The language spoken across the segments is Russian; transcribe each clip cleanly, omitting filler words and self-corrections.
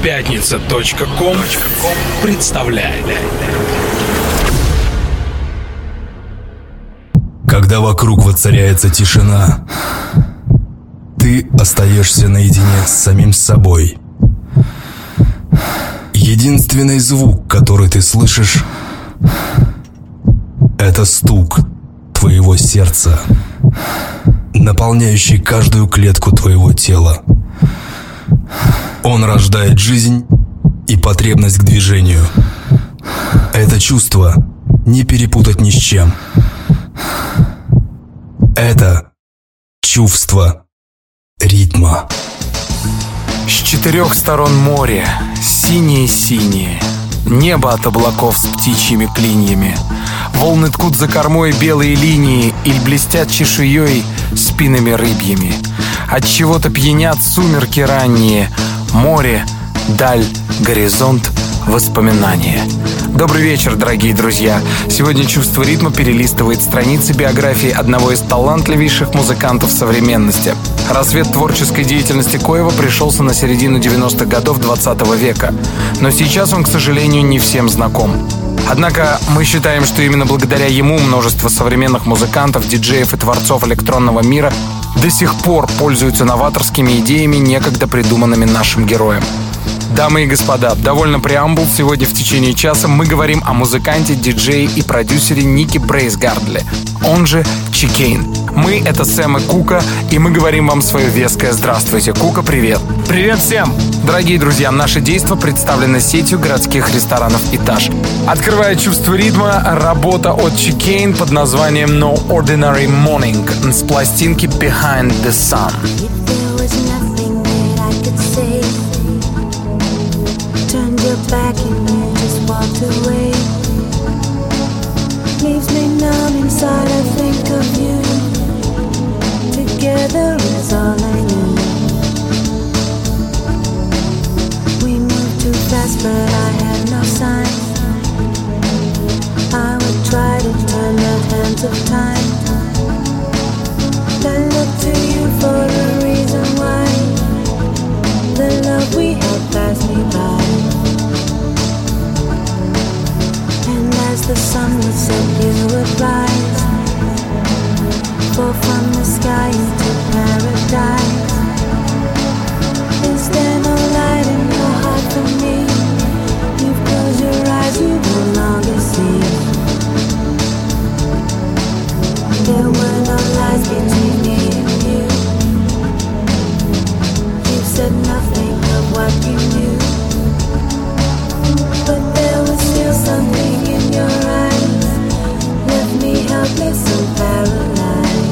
Пятница.ком представляет. Когда вокруг воцаряется тишина, ты остаешься наедине с самим собой. Единственный звук, который ты слышишь, это стук твоего сердца, наполняющий каждую клетку твоего тела. Он рождает жизнь и потребность к движению. Это чувство не перепутать ни с чем. Это чувство ритма. С четырех сторон море, синее-синее, небо от облаков с птичьими клиньями. Волны ткут за кормой белые линии или блестят чешуей спинами рыбьими. От чего-то пьянят сумерки ранние. Море, даль, горизонт, воспоминания. Добрый вечер, дорогие друзья. Сегодня «Чувство ритма» перелистывает страницы биографии одного из талантливейших музыкантов современности. Рассвет творческой деятельности Коева пришелся на середину 90-х годов 20 века. Но сейчас он, к сожалению, не всем знаком. Однако мы считаем, что именно благодаря ему множество современных музыкантов, диджеев и творцов электронного мира до сих пор пользуются новаторскими идеями, некогда придуманными нашим героем. Дамы и господа, довольно преамбул. Сегодня в течение часа мы говорим о музыканте, диджее и продюсере Нике Брейсгардли, он же Чикейн. Мы — это Сэм и Кука, и мы говорим вам свое веское здравствуйте. Кука, привет. Привет всем. Дорогие друзья, наше действо представлено сетью городских ресторанов «Этаж». Открывает «Чувство ритма» работа от Чикейн под названием No Ordinary Morning с пластинки Behind the Sun. Back and you just walked away. Leaves me numb inside, I think of you. Together is all I knew. We moved too fast, but I had no sign. I would try to turn the hands of time. I look to you for a reason why the love we had passed me by. As the sun would set, you would rise, fall from the sky into paradise. Is there no light in your heart for me? You've closed your eyes, you no longer see. There were no lies between me and you. You've said nothing of what you knew, but there was still something in your eyes, left me helpless and paralyzed.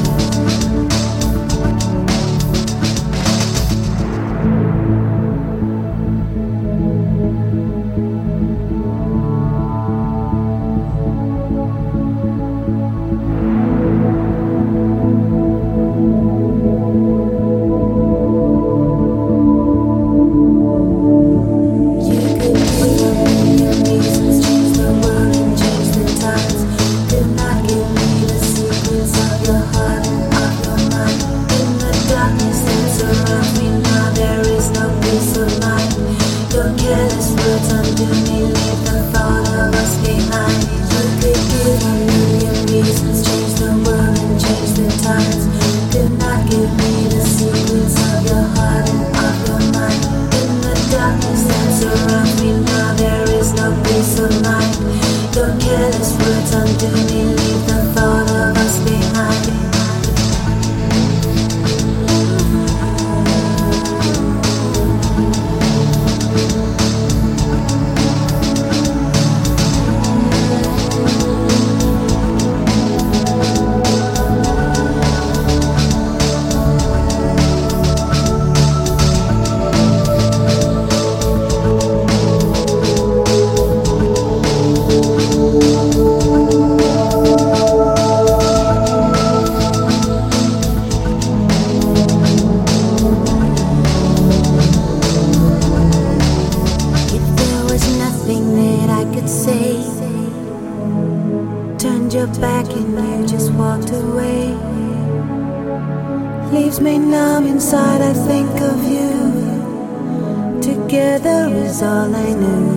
Leaves me numb inside, I think of you. together is all I knew.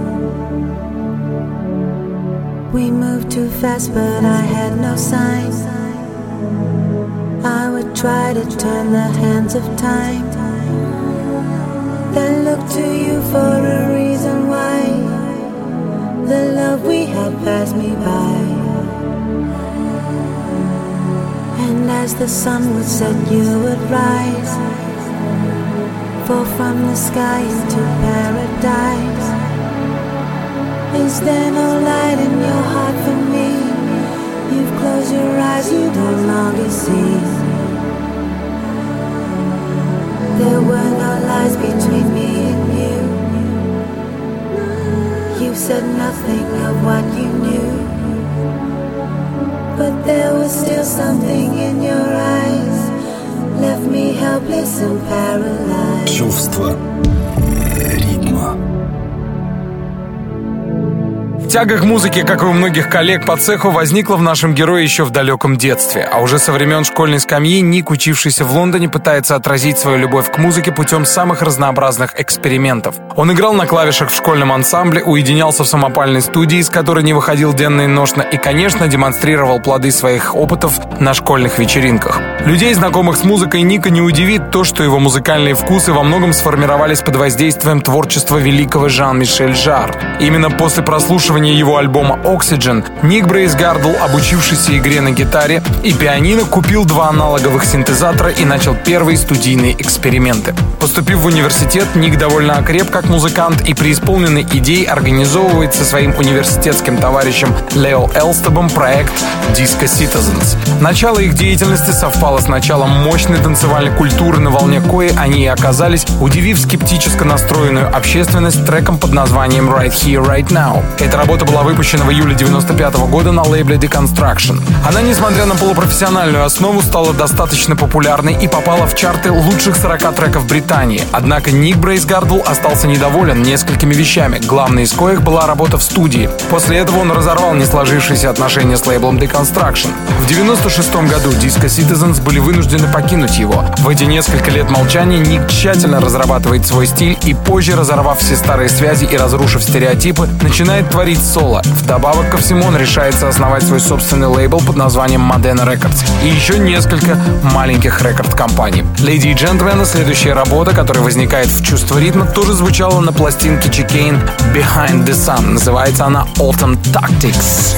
We moved too fast, but I had no sign. I would try to turn the hands of time, then look to you for a reason why the love we had passed me by. And as the sun would set, you would rise, fall from the sky into paradise. Is there no light in your heart for me? You've closed your eyes, you no longer see. There were no lies between me and you. You said nothing of what you knew, but there was still something in your eyes, left me helpless and paralyzed. Чувство ритма. Тяга к музыке, как и у многих коллег по цеху, возникла в нашем герое еще в далеком детстве. А уже со времен школьной скамьи Ник, учившийся в Лондоне, пытается отразить свою любовь к музыке путем самых разнообразных экспериментов. Он играл на клавишах в школьном ансамбле, уединялся в самопальной студии, из которой не выходил денно и ношно, и, конечно, демонстрировал плоды своих опытов на школьных вечеринках. Людей, знакомых с музыкой Ника, не удивит то, что его музыкальные вкусы во многом сформировались под воздействием творчества великого Жан-Мишель Жарр. Именно после прослушивания его альбома Oxygen Ник Брейсгардл, обучившийся игре на гитаре и пианино, купил 2 аналоговых синтезатора и начал первые студийные эксперименты. Поступив в университет, Ник довольно окреп как музыкант и преисполненный идей организовывает со своим университетским товарищем Лео Элстебом проект Disco Citizens. Начало их деятельности совпало с началом мощной танцевальной культуры, на волне кои они и оказались, удивив скептически настроенную общественность треком под названием Right Here, Right Now. Эта работа была выпущена в июле 1995 года на лейбле Deconstruction. Она, несмотря на полупрофессиональную основу, стала достаточно популярной и попала в чарты лучших 40 треков Британии. Однако Ник Брейсгардл остался недоволен несколькими вещами, главной из коих была работа в студии. После этого он разорвал несложившиеся отношения с лейблом Deconstruction. В 1996 году Disco Citizens были вынуждены покинуть его. В эти несколько лет молчания Ник тщательно разрабатывает свой стиль и позже, разорвав все старые связи и разрушив стереотипы, начинает творить соло. Вдобавок ко всему он решается основать свой собственный лейбл под названием Modena Records и еще несколько маленьких рекорд-компаний. «Леди и джентльмены», следующая работа, которая возникает в чувство ритма, тоже звучала на пластинке Chicane Behind the Sun. Называется она Autumn Tactics.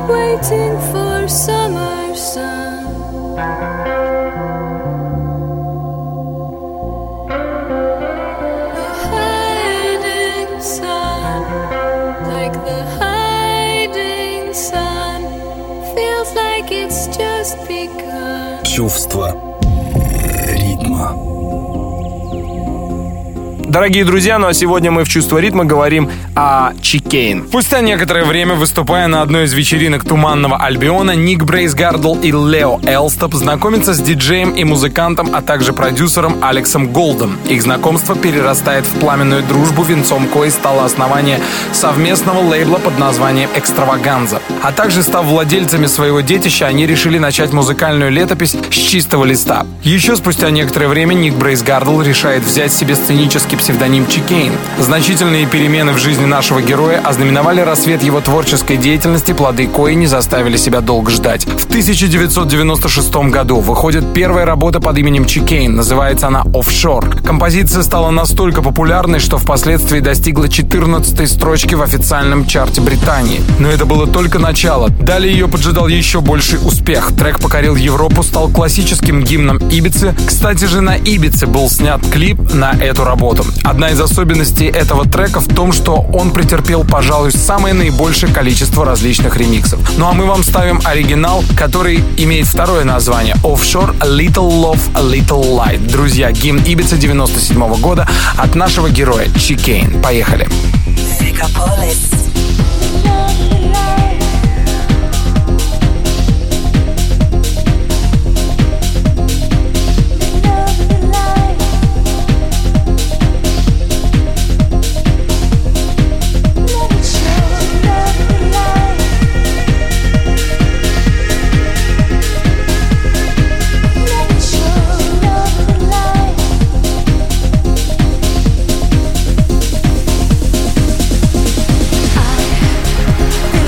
waiting for summer sun. The hiding sun, like the hiding sun, feels like it's just begun. Чувство ритма. Дорогие друзья, ну а сегодня мы в «Чувство ритма» говорим о Chicane. Спустя некоторое время, выступая на одной из вечеринок Туманного Альбиона, Ник Брейсгардл и Лео Элстоп знакомятся с диджеем и музыкантом, а также продюсером Алексом Голдом. Их знакомство перерастает в пламенную дружбу, венцом коей стало основание совместного лейбла под названием «Экстраваганза». А также, став владельцами своего детища, они решили начать музыкальную летопись с чистого листа. Еще спустя некоторое время Ник Брейсгардл решает взять себе сценический псевдоним Chicane. Значительные перемены в жизни нашего героя ознаменовали рассвет его творческой деятельности, плоды кои не заставили себя долго ждать. В 1996 году выходит первая работа под именем Chicane, называется она «Offshore». Композиция стала настолько популярной, что впоследствии достигла 14-й строчки в официальном чарте Британии. Но это было только начало. Далее ее поджидал еще больший успех. Трек покорил Европу, стал классическим гимном Ибицы. Кстати же, на Ибице был снят клип на эту работу. Одна из особенностей этого трека в том, что он претерпел, пожалуй, самое наибольшее количество различных ремиксов. Ну а мы вам ставим оригинал, который имеет второе название «Offshore, A Little Love, A Little Light». Друзья, гимн Ибицы 97 года от нашего героя Chicane. Поехали! I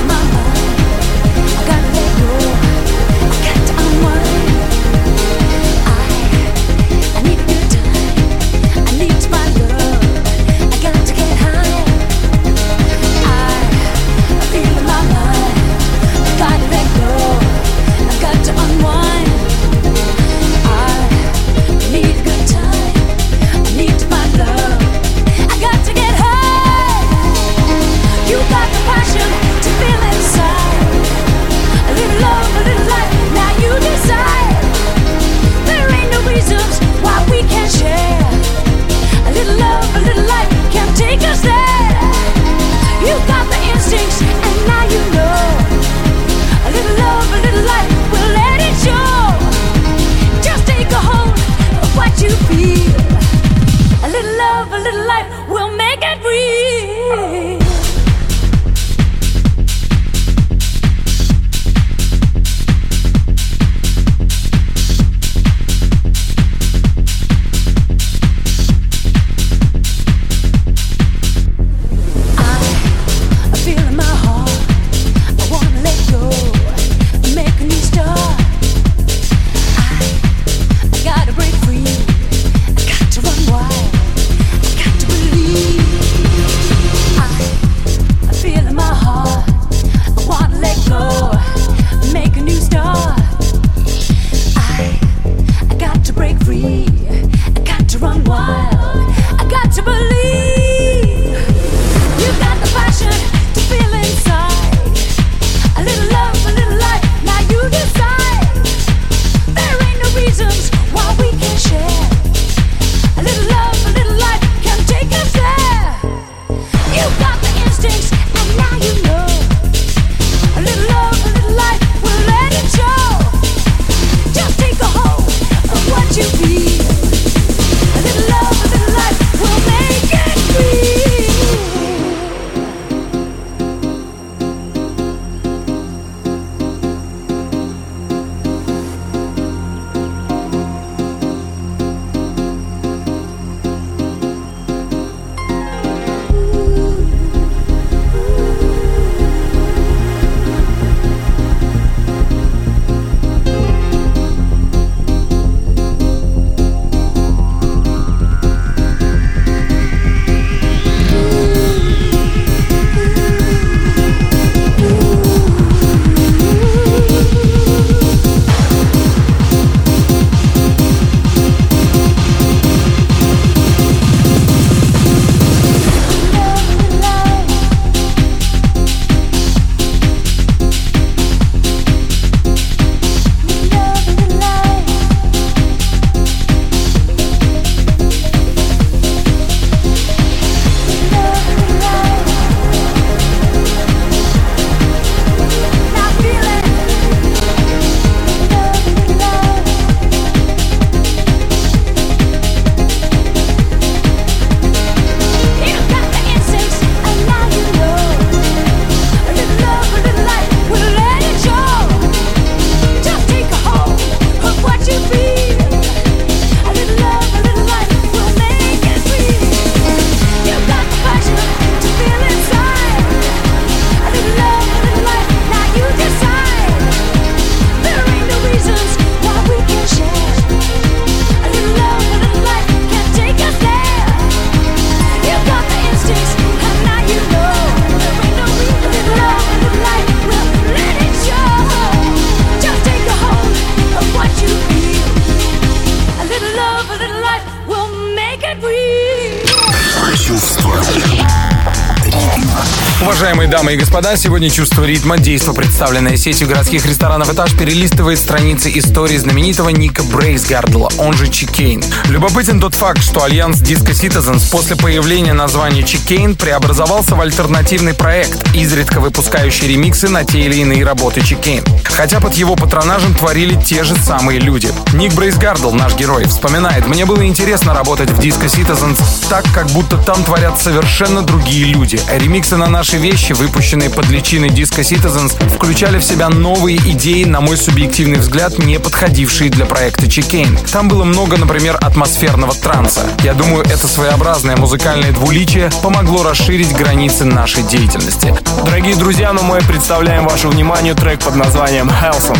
Уважаемые дамы и господа, сегодня «Чувство ритма», действо, представленное сетью городских ресторанов «Этаж», перелистывает страницы истории знаменитого Ника Брейсгардла, он же Чикейн. Любопытен тот факт, что альянс Disco Citizens после появления названия Чикейн преобразовался в альтернативный проект, изредка выпускающий ремиксы на те или иные работы Чикейн. Хотя под его патронажем творили те же самые люди. Ник Брейсгардл, наш герой, вспоминает: «Мне было интересно работать в Disco Citizens так, как будто там творят совершенно другие люди. Ремиксы на наши вещи, выпущенные под личиной Disco Citizens, включали в себя новые идеи, на мой субъективный взгляд, не подходившие для проекта Чикейн. Там было много, например, атмосферного транса. Я думаю, это своеобразное музыкальное двуличие помогло расширить границы нашей деятельности». Дорогие друзья, мы представляем вашему вниманию трек под названием «Hellsong».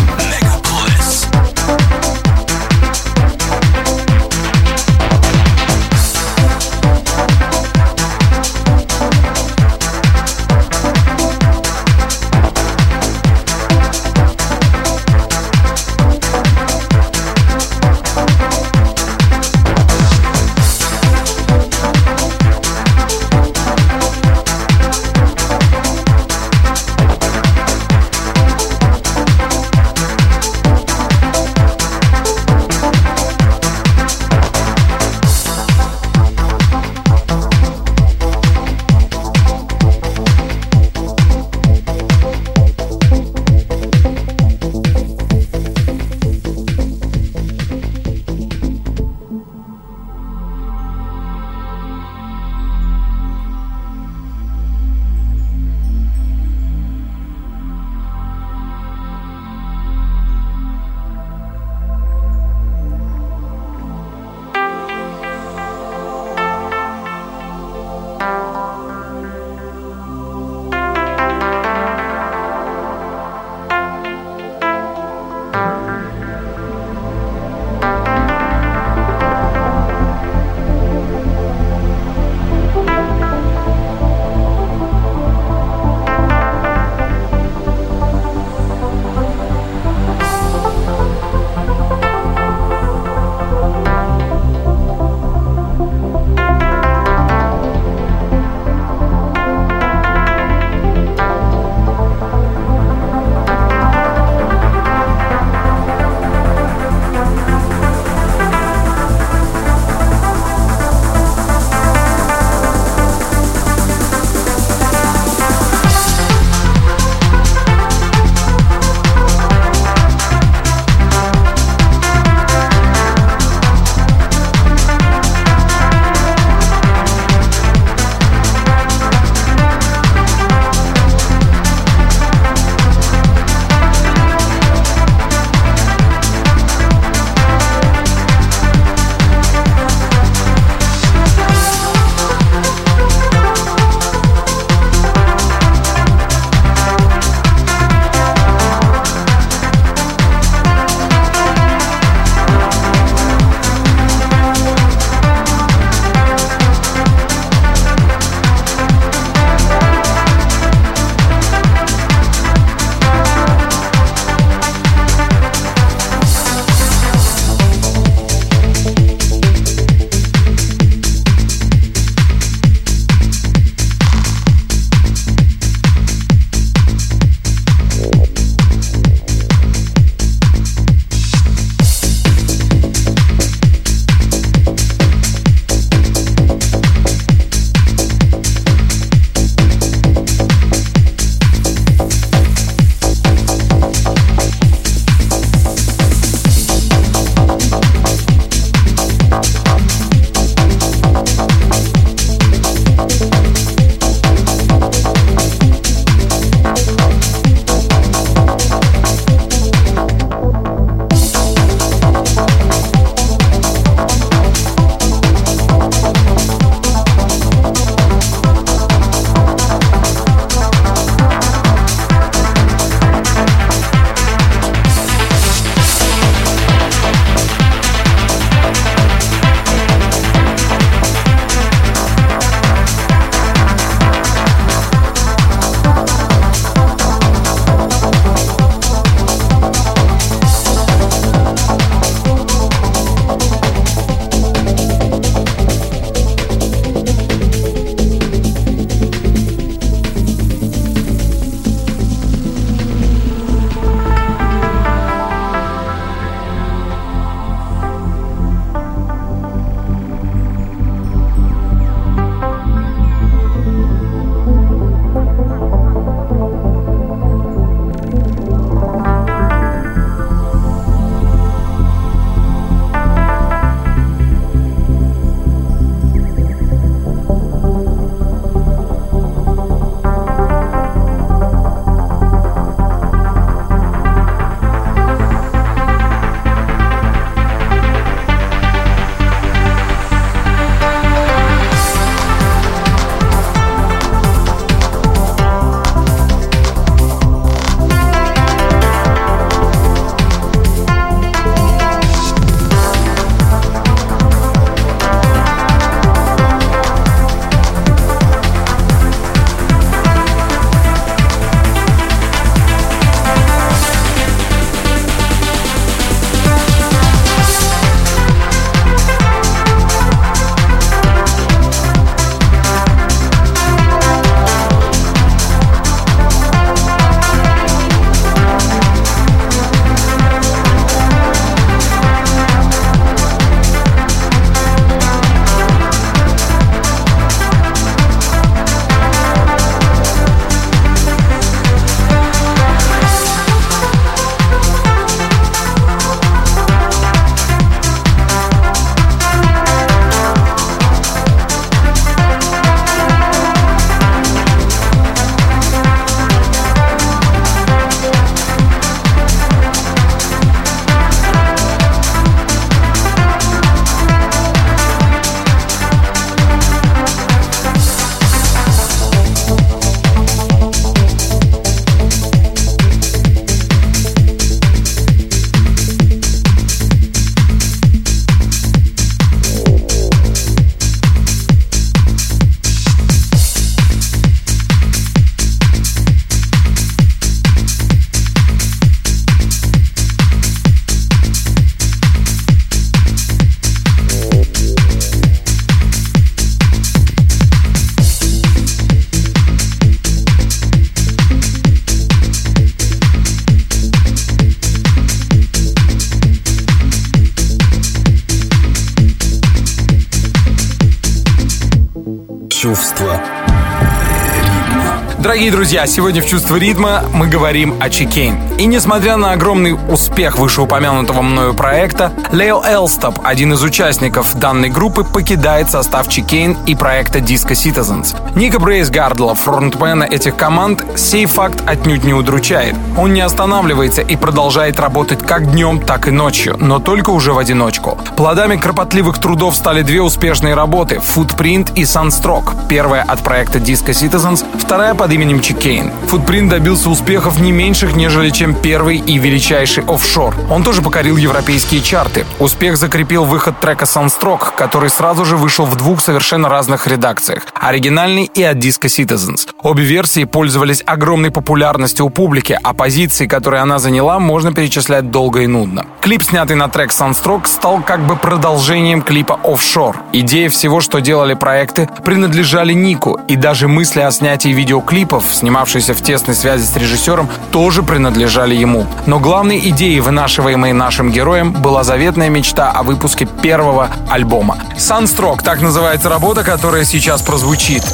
Чувство. Дорогие друзья, сегодня в «Чувство ритма» мы говорим о Chicane. И несмотря на огромный успех вышеупомянутого мною проекта, Лео Элстоп, один из участников данной группы, покидает состав Chicane и проекта Disco Citizens. Ника Брейсгардла, фронтмена этих команд, сей факт отнюдь не удручает. Он не останавливается и продолжает работать как днем, так и ночью, но только уже в одиночку. Плодами кропотливых трудов стали две успешные работы — Footprint и Sunstroke. Первая от проекта Disco Citizens, вторая под именем Chicane. Footprint добился успехов не меньших, нежели чем первый и величайший Offshore. Он тоже покорил европейские чарты. Успех закрепил выход трека Sunstroke, который сразу же вышел в двух совершенно разных редакциях — оригинальный и от Disco Citizens. Обе версии пользовались огромной популярностью у публики, а позиции, которые она заняла, можно перечислять долго и нудно. Клип, снятый на трек Sunstroke, стал как бы продолжением клипа Offshore. Идея всего, что делали проекты, принадлежали Нику, и даже мысли о снятии видеоклипов, снимавшиеся в тесной связи с режиссером, тоже принадлежали ему. Но главной идеей, вынашиваемой нашим героем, была заветная мечта о выпуске первого альбома. Sunstroke — так называется работа, которая сейчас прозвучит.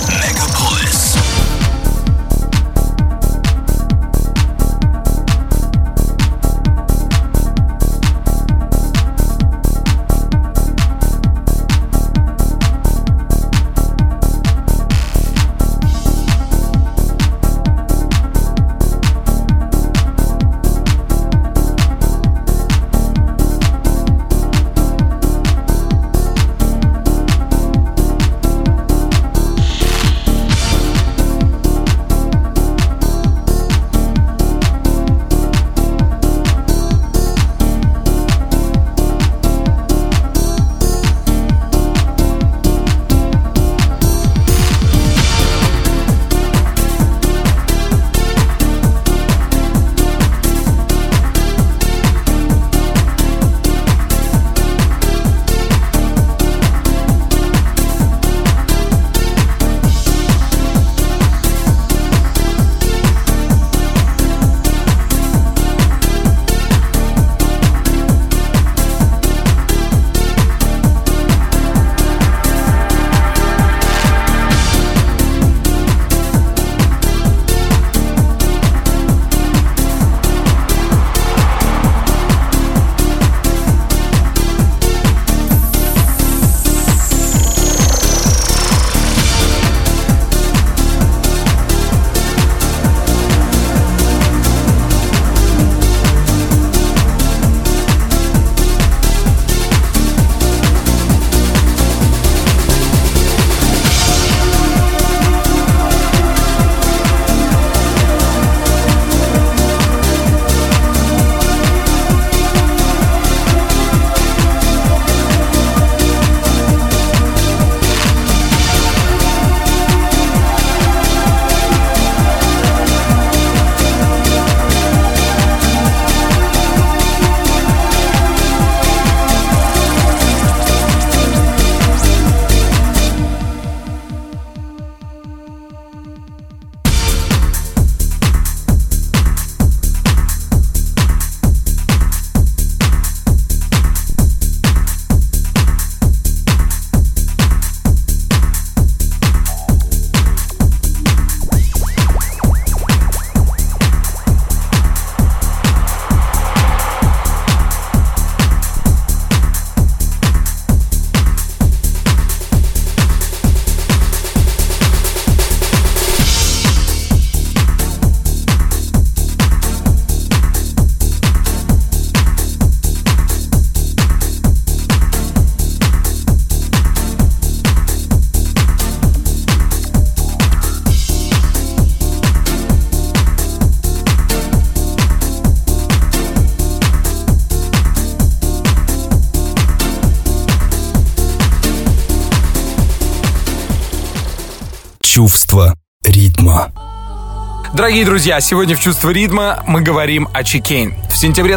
Чувство ритма. Дорогие друзья, сегодня в «Чувство ритма» мы говорим о Chicane. В сентябре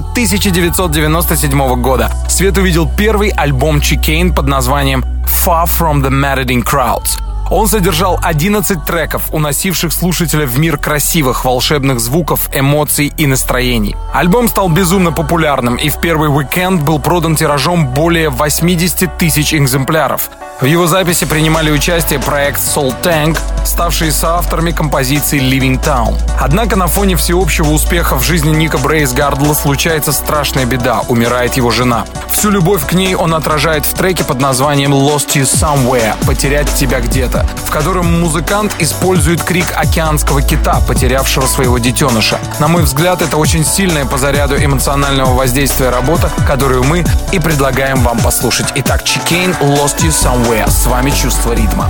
1997 года свет увидел первый альбом Chicane под названием «Far From The Madding Crowds». Он содержал 11 треков, уносивших слушателя в мир красивых, волшебных звуков, эмоций и настроений. Альбом стал безумно популярным и в первый уикенд был продан тиражом более 80 тысяч экземпляров. В его записи принимали участие проект Soul Tank, ставшие соавторами композиции Living Town. Однако на фоне всеобщего успеха в жизни Ника Брейсгардла случается страшная беда — умирает его жена. Всю любовь к ней он отражает в треке под названием Lost You Somewhere — «Потерять тебя где-то», в котором музыкант использует крик океанского кита, потерявшего своего детеныша. На мой взгляд, это очень сильная по заряду эмоционального воздействия работа, которую мы и предлагаем вам послушать. Итак, Chicane, Lost You Somewhere. С вами «Чувство ритма».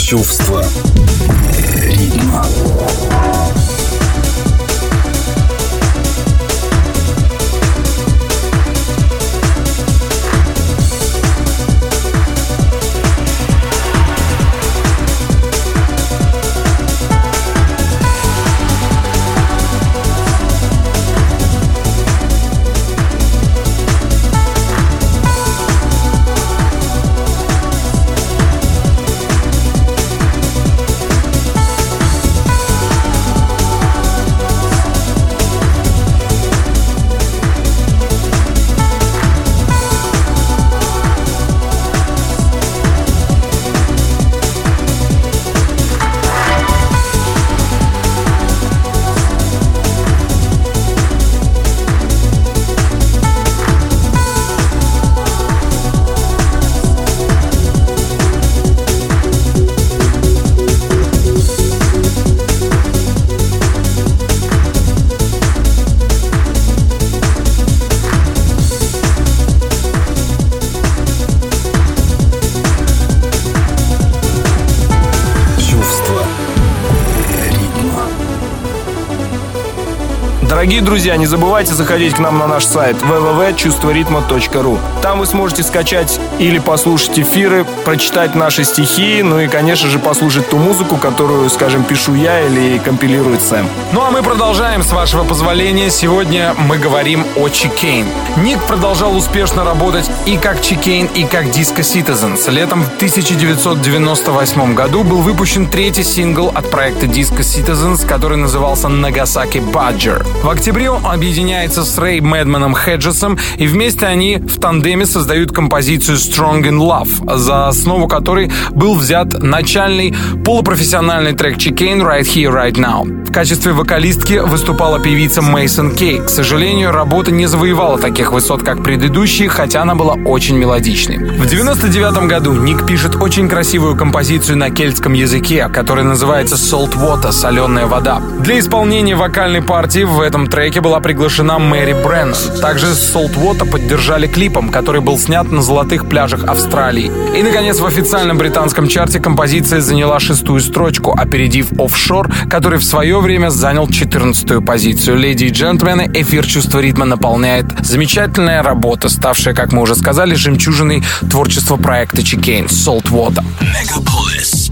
Чувство ритма. Дорогие друзья, не забывайте заходить к нам на наш сайт www.чувстворитма.ру. Там вы сможете скачать или послушать эфиры, прочитать наши стихи, ну и, конечно же, послушать ту музыку, которую, скажем, пишу я или компилирует Сэм. Ну а мы продолжаем, с вашего позволения. Сегодня мы говорим о Chicane. Ник продолжал успешно работать и как Chicane, и как Disco Citizens. Летом в 1998 году был выпущен третий сингл от проекта Disco Citizens, который назывался Nagasaki Badger. В октябре он объединяется с Рэй Мэдманом Хеджесом, и вместе они в тандеме создают композицию Strong in Love, за основу которой был взят начальный полупрофессиональный трек Chicane Right Here, Right Now. В качестве вокалистки выступала певица Мейсон Кей. К сожалению, работа не завоевала таких высот, как предыдущие, хотя она была очень мелодичной. В 1999 году Ник пишет очень красивую композицию на кельтском языке, которая называется Salt Water, соленая вода. Для исполнения вокальной партии в этом треке была приглашена Мэри Бреннан. Также Salt Water поддержали клипом, который был снят на золотых пляжах Австралии. И, наконец, в официальном британском чарте композиция заняла 6-ю строчку, опередив Offshore, который в свое время занял 14-ю позицию. Леди и джентльмены, эфир «Чувство ритма» наполняет замечательная работа, ставшая, как мы уже сказали, жемчужиной творчества проекта Chicane Salt Water. Мегаполис.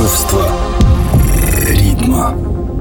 чувство ритма.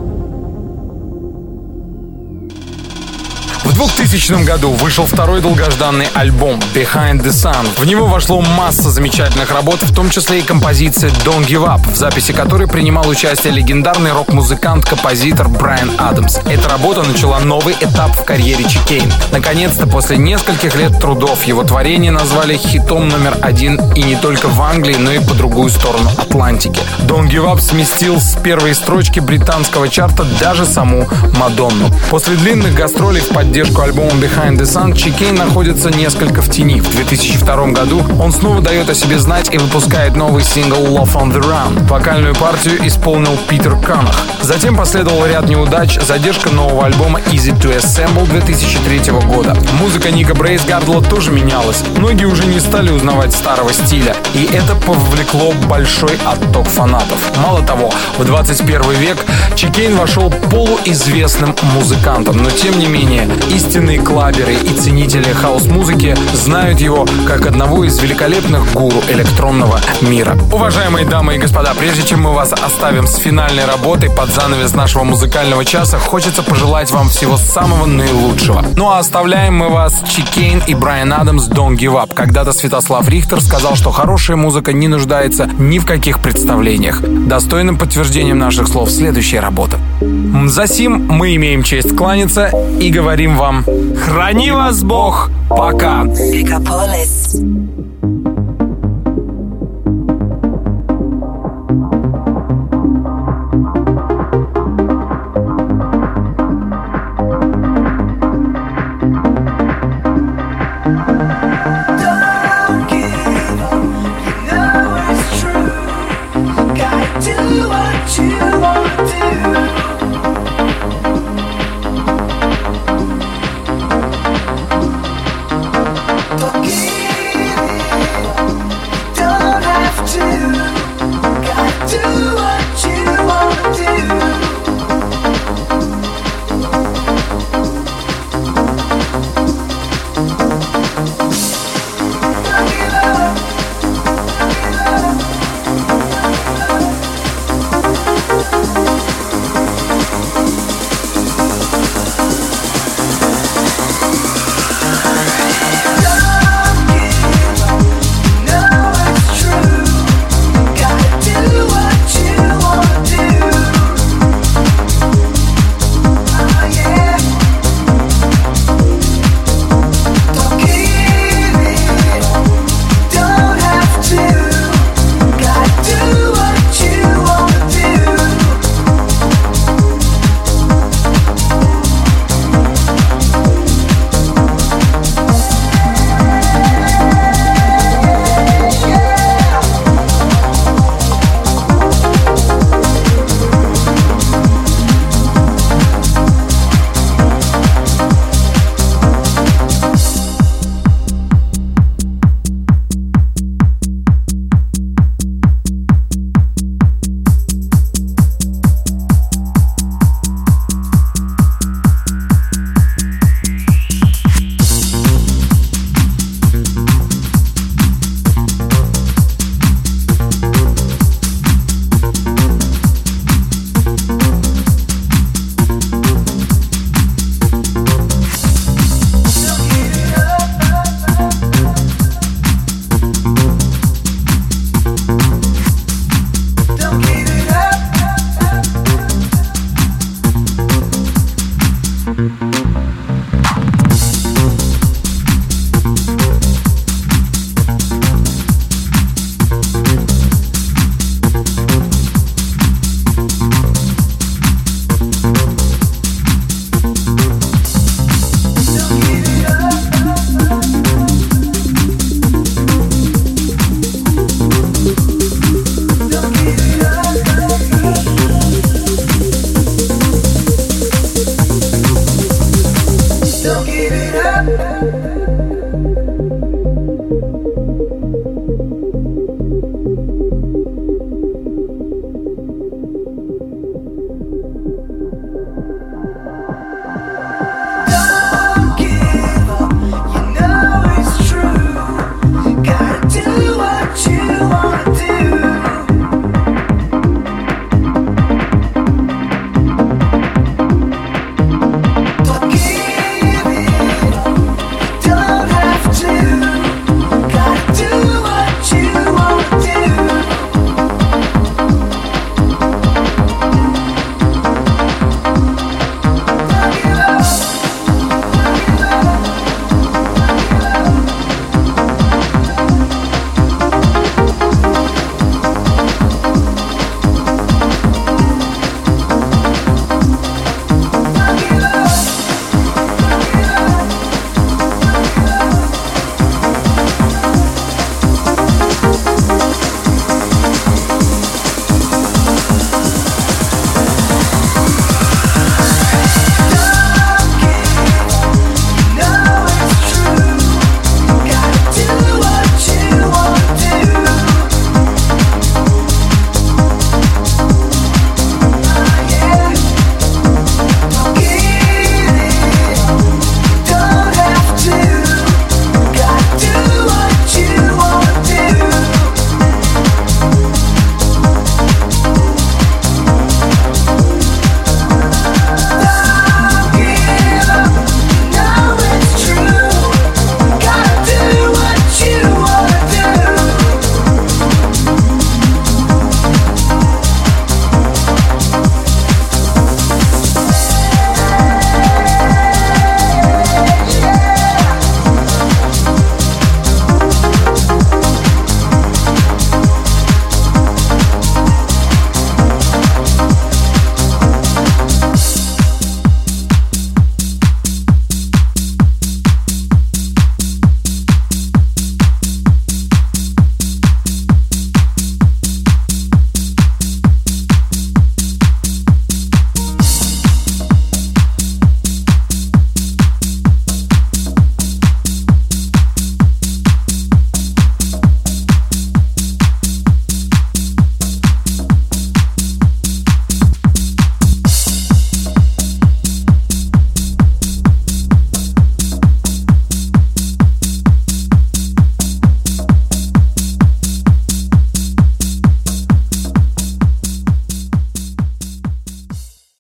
В 2000 году вышел второй долгожданный альбом «Behind the Sun». В него вошло масса замечательных работ, в том числе и композиция «Don't Give Up», в записи которой принимал участие легендарный рок-музыкант-композитор Брайан Адамс. Эта работа начала новый этап в карьере Чикейн. Наконец-то, после нескольких лет трудов, его творение назвали хитом номер 1 и не только в Англии, но и по другую сторону Атлантики. «Don't Give Up» сместил с первой строчки британского чарта даже саму Мадонну. После длинных гастролей в поддержку альбома «Behind the Sun» Чикейн находится несколько в тени. В 2002 году он снова дает о себе знать и выпускает новый сингл «Love on the Run». Вокальную партию исполнил Питер Канах. Затем последовал ряд неудач, задержка нового альбома «Easy to Assemble» 2003 года. Музыка Ника Брейсгардла тоже менялась. Многие уже не стали узнавать старого стиля, и это повлекло большой отток фанатов. Мало того, в 21 век Чикейн вошел полуизвестным музыкантом, но тем не менее истинные клаберы и ценители хаус-музыки знают его как одного из великолепных гуру электронного мира. Уважаемые дамы и господа, прежде чем мы вас оставим с финальной работой под занавес нашего музыкального часа, хочется пожелать вам всего самого наилучшего. Ну а оставляем мы вас Чикейн и Брайан Адамс «Don't Give Up». Когда-то Святослав Рихтер сказал, что хорошая музыка не нуждается ни в каких представлениях. Достойным подтверждением наших слов следующая работа. Засим мы имеем честь кланяться и говорим вам: храни вас Бог, пока! Do what you want to do.